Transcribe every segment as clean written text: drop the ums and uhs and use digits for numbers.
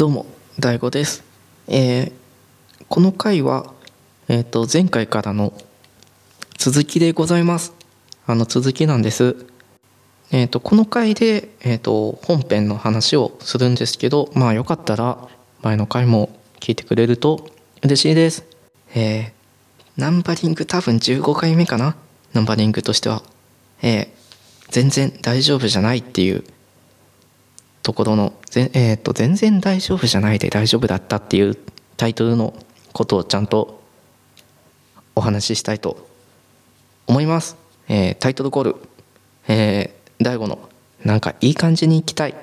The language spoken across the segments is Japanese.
どうも、大悟です。この回は、前回からの続きでございます。続きなんです。この回で、本編の話をするんですけど、よかったら前の回も聞いてくれると嬉しいです。ナンバリング多分15回目かな。ナンバリングとしては、全然大丈夫じゃないっていうところの全然大丈夫じゃないで大丈夫だったっていうタイトルのことをちゃんとお話ししたいと思います。タイトルコール、大悟のなんかいい感じに行きたい。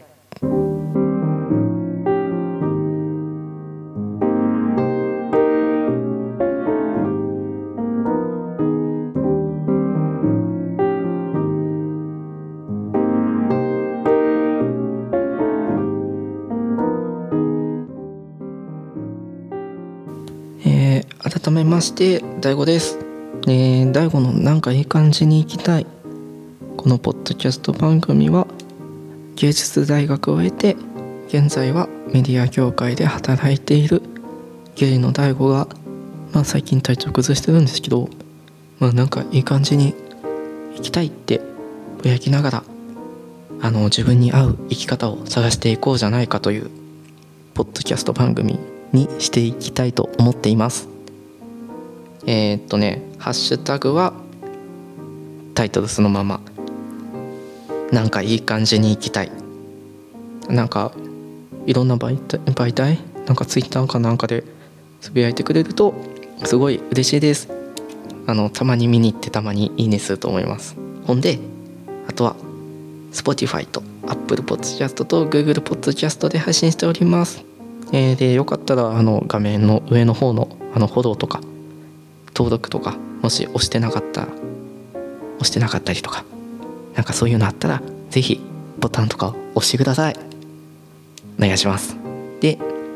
改めまして大悟です。大悟のなんかいい感じに行きたい。このポッドキャスト番組は芸術大学を経て現在はメディア業界で働いているゲイの大悟が、最近体調崩してるんですけど、なんかいい感じに行きたいってぼやきながら自分に合う生き方を探していこうじゃないかというポッドキャスト番組にしていきたいと思っています。ハッシュタグはタイトルそのままなんかいい感じに行きたい。なんかいろんな媒体なんかツイッターかなんかでつぶやいてくれるとすごい嬉しいです。たまに見に行ってたまにいいねすると思います。ほんであとは Spotify と Apple Podcast と Google Podcast で配信しております。でよかったら画面の上の方のフォローとか登録とか、もし押してなかったりとか、なんかそういうのあったらぜひボタンとか押してください。お願いします。で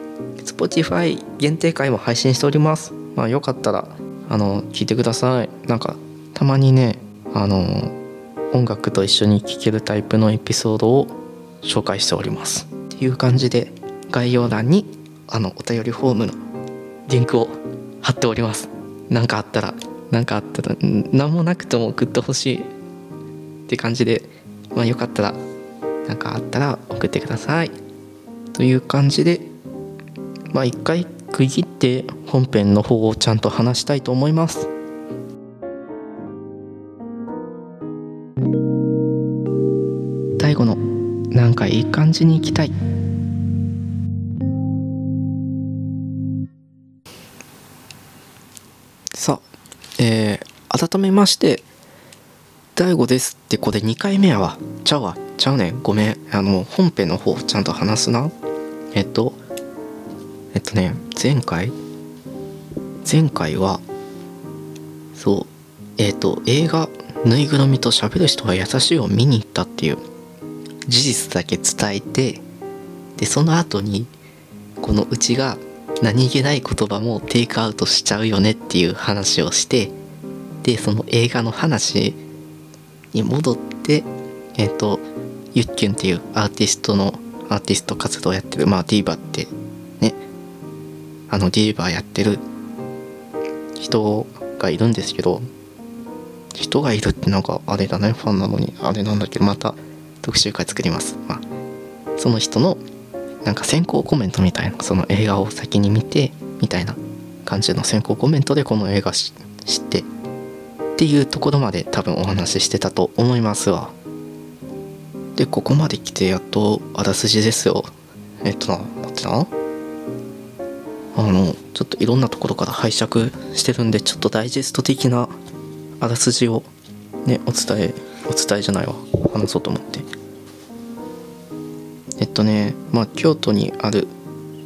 Spotify 限定回も配信しております。よかったら聞いてください。なんかたまにね音楽と一緒に聴けるタイプのエピソードを紹介しておりますっていう感じで、概要欄にお便りフォームのリンクを貼っております。なんかあったら何もなくても送ってほしいって感じで、よかったらなんかあったら送ってくださいという感じで、一回区切って本編の方をちゃんと話したいと思います。大悟のなんかいい感じに行きたい。さあ、改めまして大悟ですって、これ2回目やわ。ちゃうねん、ごめん。本編の方ちゃんと話すな。前回はそう映画ぬいぐるみと喋る人は優しいを見に行ったっていう事実だけ伝えて、でその後にこのうちが何気ない言葉もテイクアウトしちゃうよねっていう話をして、でその映画の話に戻って、ゆっきゅんっていうアーティスト活動をやってる、ディーバってね、ディーバーやってる人がいるんですけど、人がいるってなんかあれだね、ファンなのにあれなんだけど、また特集会作ります。その人のなんか先行コメントみたいな、その映画を先に見てみたいな感じの先行コメントでこの映画知ってっていうところまで多分お話ししてたと思いますわ。でここまで来てやっとあらすじですよ。待ってな、ちょっといろんなところから拝借してるんで、ちょっとダイジェスト的なあらすじをねお伝えじゃないわ、話そうと思って。京都にある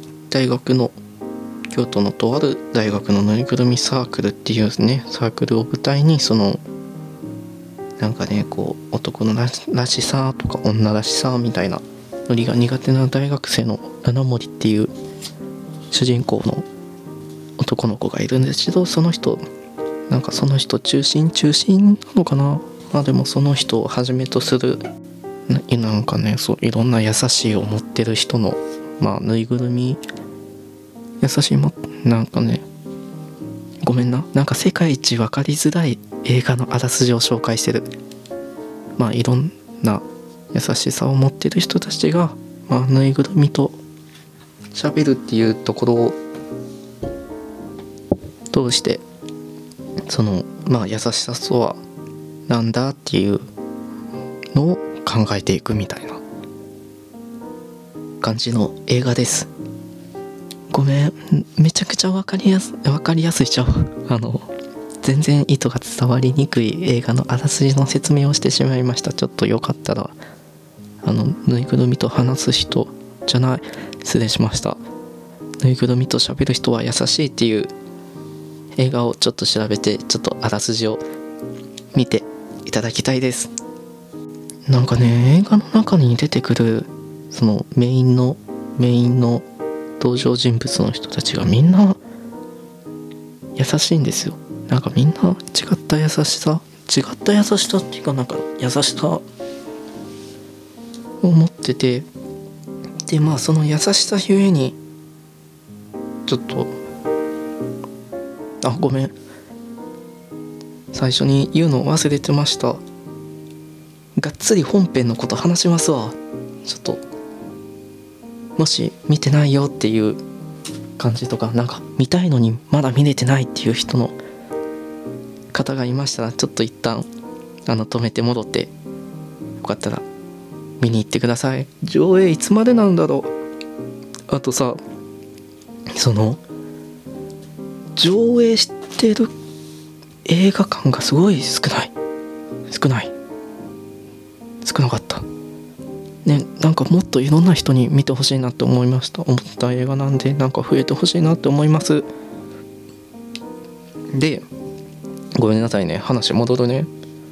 京都のとある大学のぬいぐるみサークルっていうねサークルを舞台に、そのなんかねこう男のらしさとか女らしさみたいなノリが苦手な大学生の七森っていう主人公の男の子がいるんですけど、その人中心なのかな。でもその人をはじめとするなんかね、そういろんな優しいを持ってる人のぬいぐるみ優しいもなんかね、ごめんな、なんか世界一分かりづらい映画のあらすじを紹介してる。いろんな優しさを持ってる人たちが、ぬいぐるみと喋るっていうところを通して、その優しさとはなんだっていうのを考えていくみたいな感じの映画です。ごめん、めちゃくちゃ分かりやすいじゃん。全然意図が伝わりにくい映画のあらすじの説明をしてしまいました。ちょっとよかったらぬいぐるみと話す人じゃない、失礼しました。ぬいぐるみと喋る人は優しいっていう映画をちょっと調べて、ちょっとあらすじを見ていただきたいです。なんかね、映画の中に出てくるそのメインの登場人物の人たちがみんな優しいんですよ。なんかみんな違った優しさっていうか、なんか優しさを持ってて、でその優しさゆえにちょっとごめん、最初に言うの忘れてました。がっつり本編のこと話しますわ。ちょっともし見てないよっていう感じとか、なんか見たいのにまだ見れてないっていう人の方がいましたら、ちょっと一旦止めて戻って、よかったら見に行ってください。上映いつまでなんだろう。あとさ、その上映してる映画館がすごい少なかったね。なんかもっといろんな人に見てほしいなって思った映画なんで、なんか増えてほしいなって思います。で、ごめんなさいね、話戻るね。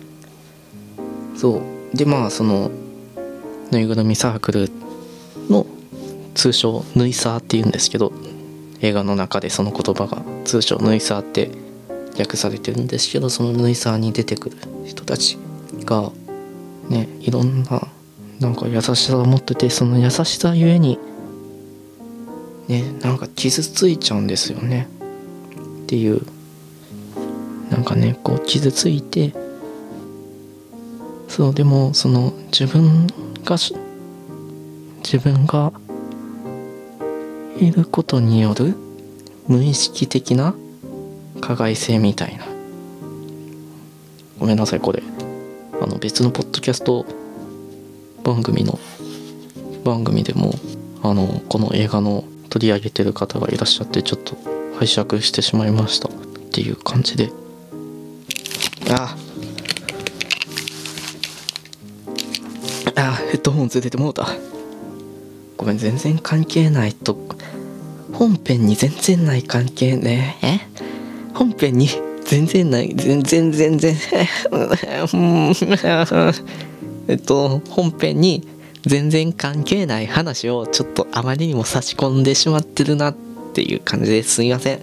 そうで、そのぬいぐるみサークルの通称ぬいサーっていうんですけど、映画の中でその言葉が通称ぬいサーって訳されてるんですけど、そのぬいサーに出てくる人たちがね、いろんななんか優しさを持ってて、その優しさゆえにね、なんか傷ついちゃうんですよねっていう、なんかね、こう傷ついて、そう、でもその自分がいることによる無意識的な加害性みたいな、ごめんなさい、これ別のポッドキャスト番組でもこの映画の取り上げてる方がいらっしゃって、ちょっと拝借してしまいましたっていう感じで、ヘッドホンずれてもうた。ごめん、全然関係ないと、本編に全然ない関係ね。本編に全然ない、全然本編に全然関係ない話をちょっとあまりにも差し込んでしまってるなっていう感じです。すみません。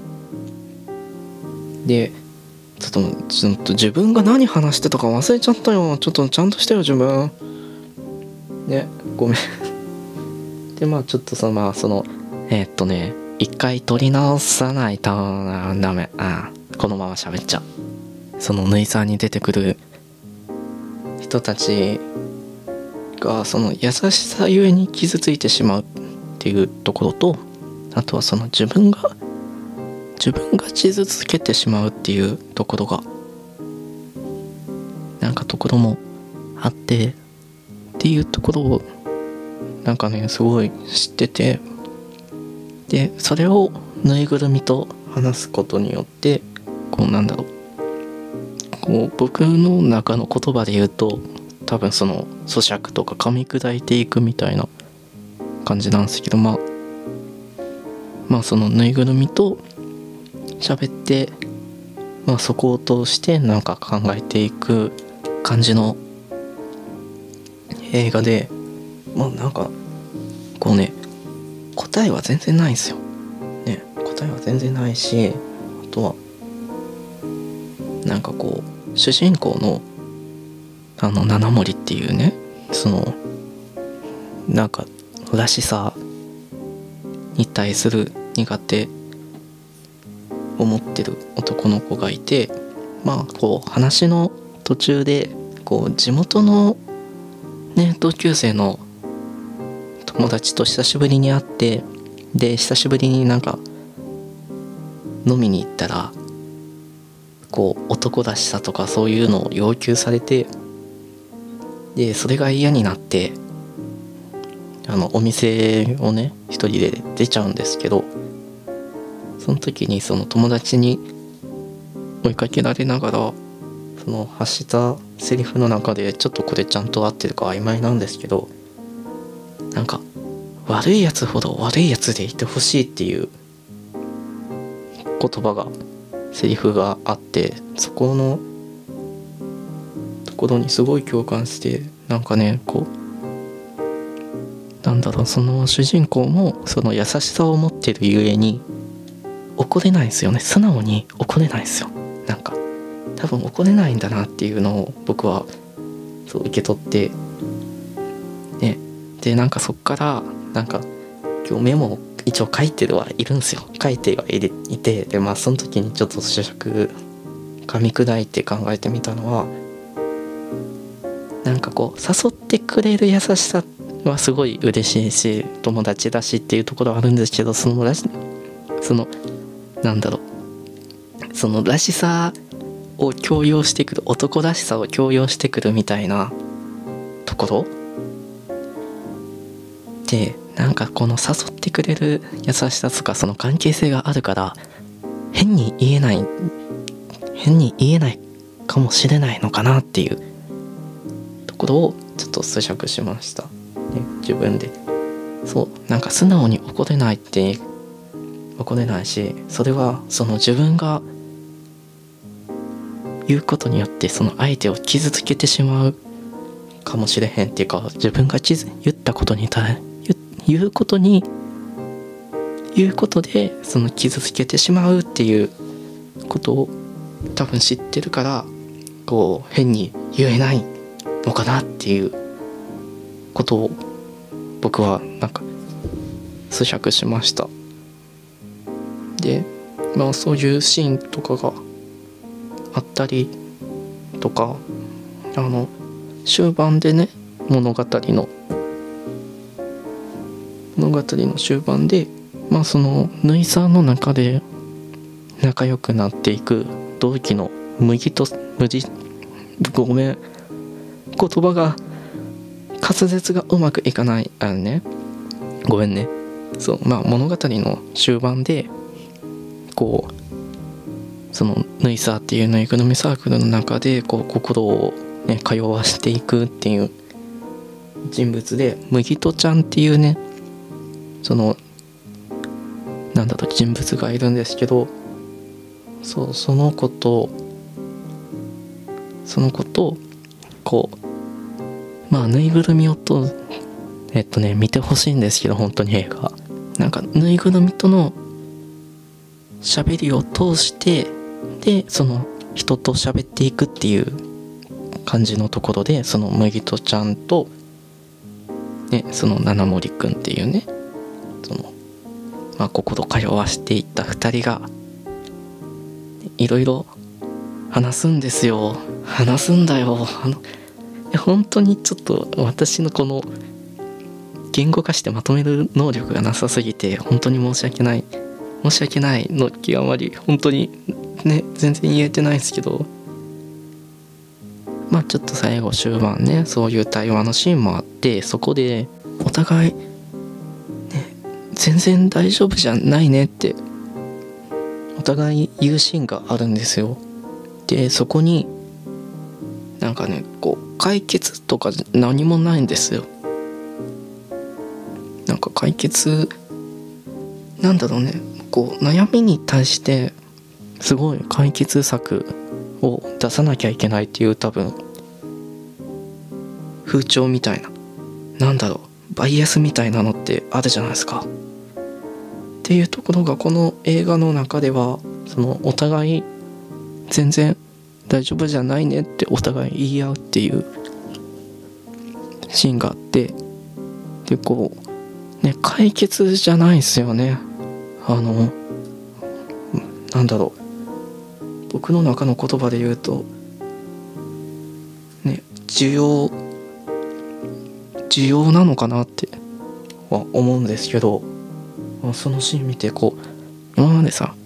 で、ちょっと自分が何話してたか忘れちゃったよ。ちょっとちゃんとしてよ、自分ね、ごめん。でちょっとその一回撮り直さないとダメ。このまま喋っちゃう。そのぬいさんに出てくる人たちがその優しさゆえに傷ついてしまうっていうところと、あとはその自分が傷つけてしまうっていうところもあってっていうところをなんかね、すごい知ってて、でそれをぬいぐるみと話すことによって、こう僕の中の言葉で言うと、多分その咀嚼とか噛み砕いていくみたいな感じなんですけど、そのぬいぐるみと喋って、そこを通してなんか考えていく感じの映画で、なんかこうね、答えは全然ないんですよね。答えは全然ないし、あとはなんかこう主人公の七森っていうね、そのなんからしさに対する苦手を持ってる男の子がいて、こう話の途中でこう地元のね同級生の友達と久しぶりに会って、で久しぶりになんか飲みに行ったらこう男らしさとかそういうのを要求されて、でそれが嫌になってお店をね一人で出ちゃうんですけど、その時にその友達に追いかけられながらその発したセリフの中で、ちょっとこれちゃんと合ってるか曖昧なんですけど、なんか悪いやつほど悪いやつでいてほしいっていう言葉がセリフがあって、そこのところにすごい共感して、なんかねこうなんだろう、その主人公もその優しさを持ってるゆえに怒れないんですよね。素直に怒れないんですよ。なんか多分怒れないんだなっていうのを僕はそう受け取ってね。でなんかそっからなんか今日メモを一応書いてはいるんですよ。書いてはいて、でその時にちょっと咀嚼噛み砕いて考えてみたのは、なんかこう誘ってくれる優しさはすごい嬉しいし友達だしっていうところはあるんですけど、そのなんだろう、そのらしさを強要してくる、男らしさを強要してくるみたいなところで、なんかこの誘ってくれる優しさとかその関係性があるから変に言えないかもしれないのかなっていうところをちょっと咀嚼しました、ね、自分で。そうなんか素直に怒れないし、それはその自分が言うことによってその相手を傷つけてしまうかもしれへんっていうか、自分が言ったことに言うことでその傷つけてしまうっていうことを多分知ってるから、こう変に言えないのかなっていうことを僕はなんか咀嚼しました。でそういうシーンとかがあったりとか、終盤でね物語の終盤でそのヌイさんの中で仲良くなっていく同期のごめん、言葉が滑舌がうまくいかないごめんね。そう物語の終盤でこうそのヌイサーっていうぬいぐるみサークルの中でこう心をね通わしていくっていう人物で、麦とちゃんっていうねその人物がいるんですけど、その子とこうぬいぐるみを見てほしいんですけど、本当に映画なんかぬいぐるみとの喋りを通して、でその人と喋っていくっていう感じのところで、その麦とちゃんとねその七森くんっていうねその心通わしていった二人がいろいろ話すんですよ。話すんだよ。本当にちょっと私のこの言語化してまとめる能力がなさすぎて本当に申し訳ないの極まり、本当にね全然言えてないですけど、ちょっと最後終盤ねそういう対話のシーンもあって、そこでお互いね全然大丈夫じゃないねってお互い言うシーンがあるんですよ。でそこになんかねこう解決とか何もないんですよ。なんか解決こう悩みに対してすごい解決策を出さなきゃいけないっていう多分風潮みたいなバイアスみたいなのってあるじゃないですか。っていうところがこの映画の中ではそのお互い全然大丈夫じゃないねってお互い言い合うっていうシーンがあって、でこうね、解決じゃないですよね。なんだろう、僕の中の言葉で言うとね、需要なのかなっては思うんですけど、そのシーン見てこう今までさ、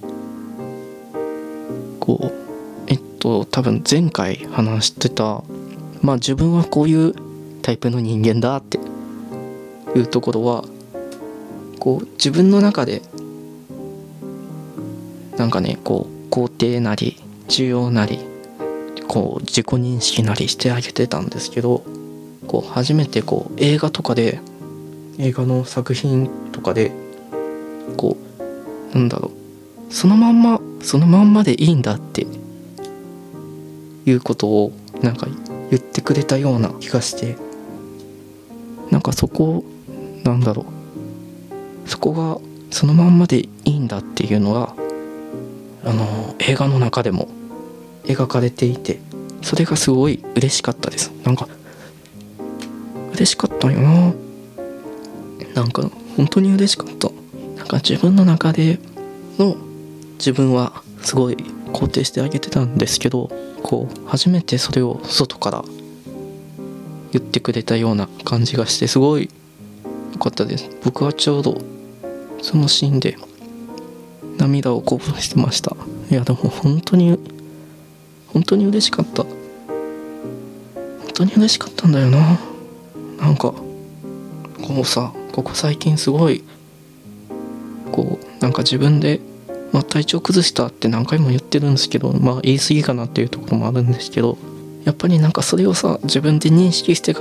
こう多分前回話してた、自分はこういうタイプの人間だっていうところはこう自分の中でなんかね、こう肯定なり需要なりこう自己認識なりしてあげてたんですけど、こう初めてこう映画の作品とかでこうなんだろう、そのまんまでいいんだっていうことをなんか言ってくれたような気がして、なんかそこがそのまんまでいいんだっていうのが映画の中でも描かれていて、それがすごい嬉しかったです。なんか嬉しかったよな。なんか本当に嬉しかった。なんか自分の中での自分はすごい肯定してあげてたんですけど、こう初めてそれを外から言ってくれたような感じがしてすごい良かったです。僕はちょうどそのシーンで涙をこぼしてました。いやでも本当に嬉しかった。本当に嬉しかったんだよな。なんかここ最近すごいこうなんか自分で、体調崩したって何回も言ってるんですけど、言い過ぎかなっていうところもあるんですけど、やっぱりなんかそれをさ自分で認識してから、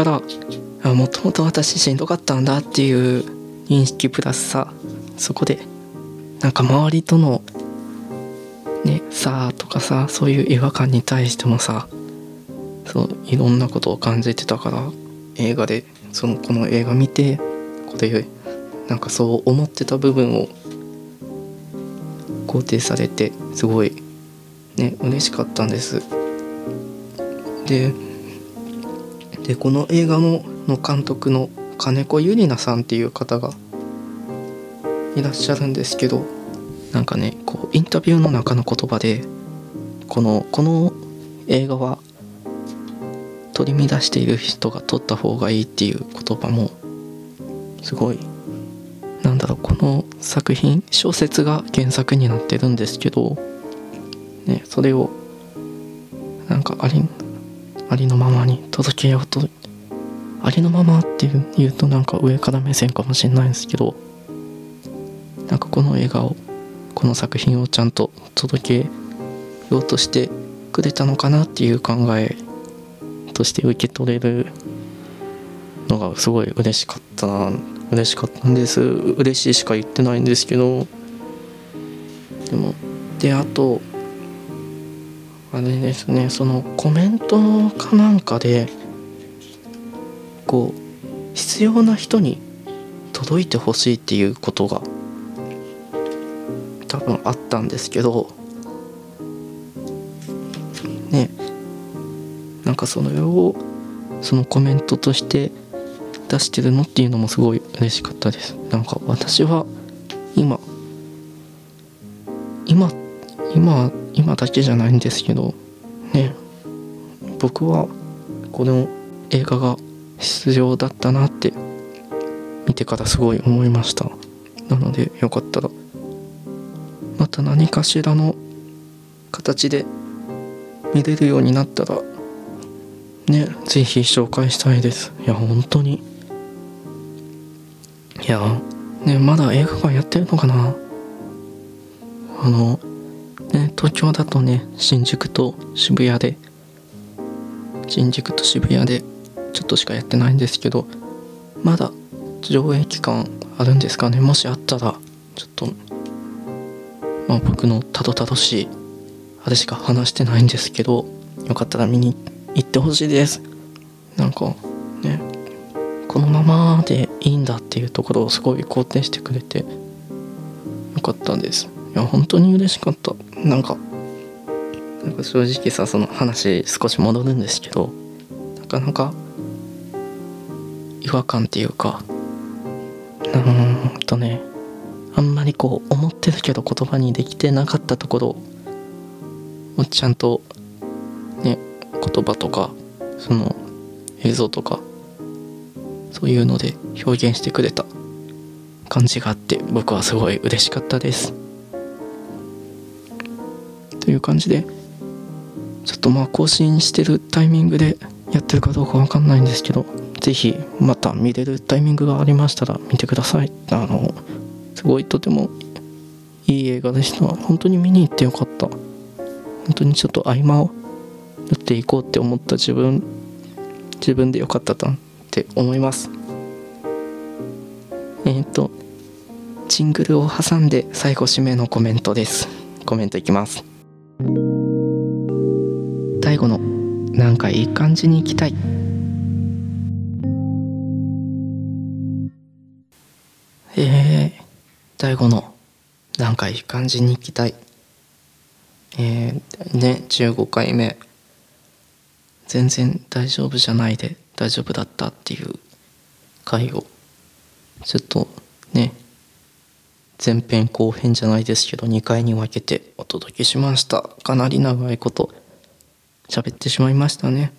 もともと私しんどかったんだっていう認識プラスさ、そこでなんか周りとのねさとかさ、そういう違和感に対してもさ、いろんなことを感じてたから、映画でこの映画見てこれなんかそう思ってた部分を肯定されてすごいね嬉しかったんです。でこの映画の監督の金子ゆりなさんっていう方がいらっしゃるんですけど、なんかねこうインタビューの中の言葉でこの映画は取り乱している人が撮った方がいいっていう言葉もすごい、この作品小説が原作になってるんですけどね、それをなんかありのままに届けようと、ありのままって言うとなんか上から目線かもしれないんですけど、なんかこの映画をこの作品をちゃんと届けようとしてくれたのかなっていう考えとして受け取れるのがすごい嬉しかったんです。嬉しいしか言ってないんですけど、であとあれですね、そのコメントかなんかでこう必要な人に届いてほしいっていうことが多分あったんですけどね、なんかそれをそのコメントとして出してるのっていうのもすごい嬉しかったです。なんか私は今だけじゃないんですけどね、僕はこの映画が必要だったなって見てからすごい思いました。なのでよかったらまた何かしらの形で見れるようになったらね、ぜひ紹介したいです。いや本当に、いやね、まだ映画館やってるのかな。東京だとね新宿と渋谷でちょっとしかやってないんですけど、まだ上映期間あるんですかね。もしあったらちょっと僕のたどたどしいあれしか話してないんですけど、よかったら見に行ってほしいです。なんかねこのままでいいんだっていうところをすごい肯定してくれてよかったです。いや本当に嬉しかった。なんか正直さ、その話少し戻るんですけど、なかなか違和感っていうか、 ねあんまりこう思ってるけど言葉にできてなかったところをちゃんとね言葉とかその映像とかそういうので表現してくれた感じがあって、僕はすごい嬉しかったですという感じで、ちょっと更新してるタイミングでやってるかどうかわかんないんですけど、ぜひまた見れるタイミングがありましたら見てください。すごいとてもいい映画でした。本当に見に行ってよかった。本当にちょっと合間を縫っていこうって思った自分でよかったって思います。ジングルを挟んで最後締めのコメントです。コメントいきます。大悟のなんかいい感じに行きたい。大悟のなんかいい感じに行きたい。15回目全然大丈夫じゃないで大丈夫だったっていう回をちょっとね前編後編じゃないですけど2回に分けてお届けしました。かなり長いこと喋ってしまいましたね。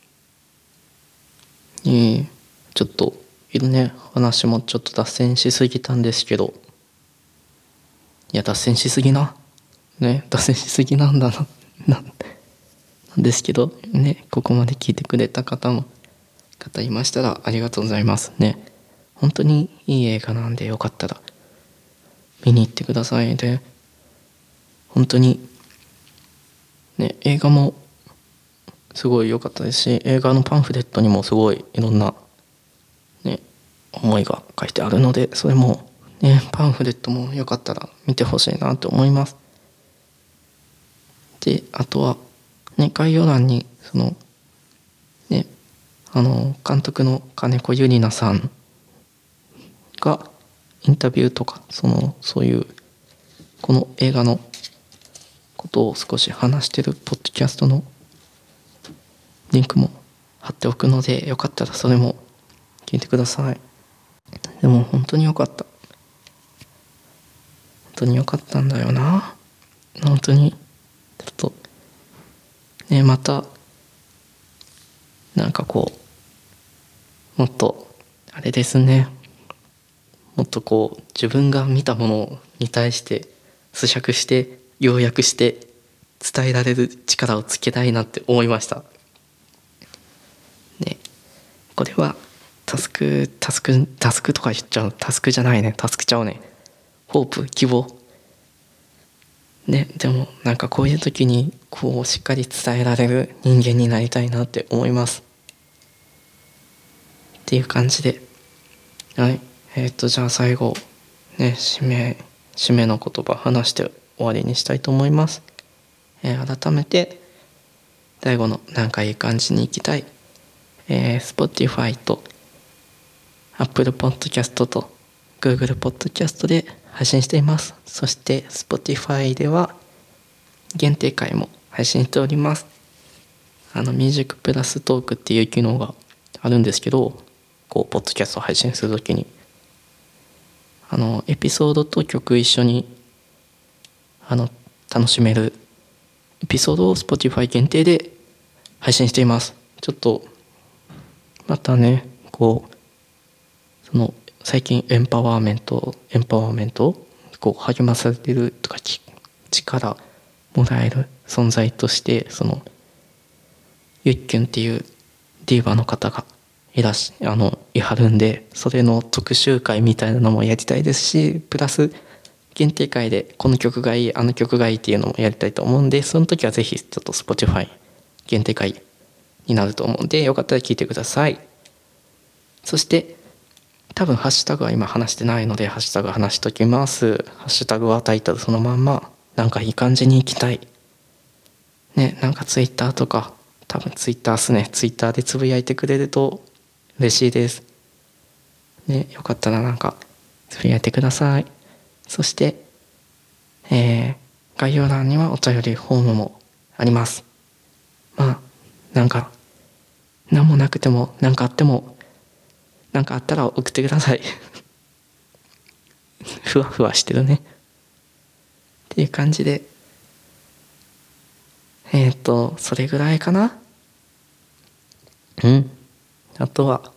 ちょっといるね話もちょっと脱線しすぎたんですけど、いや脱線しすぎなんだなんですけどね、ここまで聞いてくれた方いましたらありがとうございますね。本当にいい映画なんでよかったら見に行ってください。で本当にね映画もすごい良かったですし、映画のパンフレットにもすごいいろんなね思いが書いてあるので、それもねパンフレットもよかったら見てほしいなと思います。であとはね概要欄にそのね監督の金子ゆりなさんがインタビューとかそういうこの映画のことを少し話してるポッドキャストのリンクも貼っておくので、よかったらそれも聞いてください。でも本当によかった。本当によかったんだよな。本当にちょっとねまたなんかこうもっとあれですね、もっとこう自分が見たものに対して咀嚼して要約して伝えられる力をつけたいなって思いましたね。これはタスクとか言っちゃう。タスクじゃないね、タスクちゃうね、ホープ、希望ね。でもなんかこういう時にこうしっかり伝えられる人間になりたいなって思いますっていう感じで、はい、じゃあ最後ね締めの言葉話して終わりにしたいと思います。改めて大悟のなんかいい感じに行きたい、Spotify と Apple Podcast と Google Podcast で配信しています。そして Spotify では限定回も配信しております。ミュージックプラストークっていう機能があるんですけど、こうポッドキャストを配信するときにエピソードと曲一緒に楽しめるエピソードを Spotify 限定で配信しています。ちょっとまたねこう最近エンパワーメントこう励まされてるとか力もらえる存在としてゆっきゅんっていうディーバの方がいはるんで、それの特集会みたいなのもやりたいですし、プラス限定会でこの曲がいいあの曲がいいっていうのもやりたいと思うんで、その時はぜひちょっと Spotify 限定会になると思うんで、よかったら聞いてください。そして多分ハッシュタグは今話してないのでハッシュタグ話しときます。ハッシュタグはタイトルそのまんまなんかいい感じに行きたいね。なんかツイッターとか多分ツイッターっすね。ツイッターでつぶやいてくれると嬉しいですね。よかったらなんかつぶやいてください。そして、概要欄にはお便りフォームもあります。なんか何もなくても何かあっても何かあったら送ってくださいふわふわしてるねっていう感じで、それぐらいかな。あとは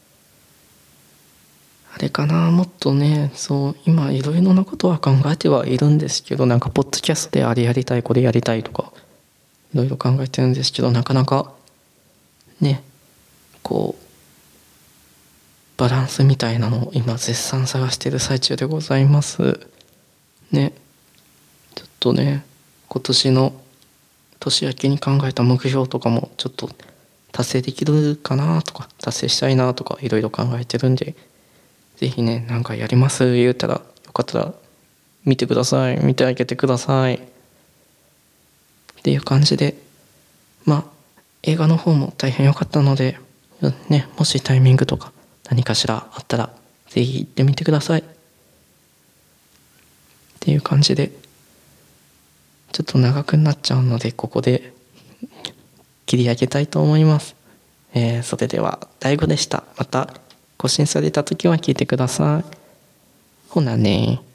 あれかな、もっとね、そう今いろいろなことは考えてはいるんですけど、なんかポッドキャストであれやりたいこれやりたいとかいろいろ考えてるんですけど、なかなかね、こうバランスみたいなのを今絶賛探してる最中でございますね。ちょっとね、今年の年明けに考えた目標とかもちょっと達成できるかなとか、達成したいなとかいろいろ考えてるんで、ぜひね、なんかやります言うたら、よかったら見てください、見てあげてくださいっていう感じで、映画の方も大変良かったのでね、もしタイミングとか何かしらあったらぜひ行ってみてくださいっていう感じで、ちょっと長くなっちゃうのでここで切り上げたいと思います。それでは大悟でした。また更新された時は聞いてください。ほなね。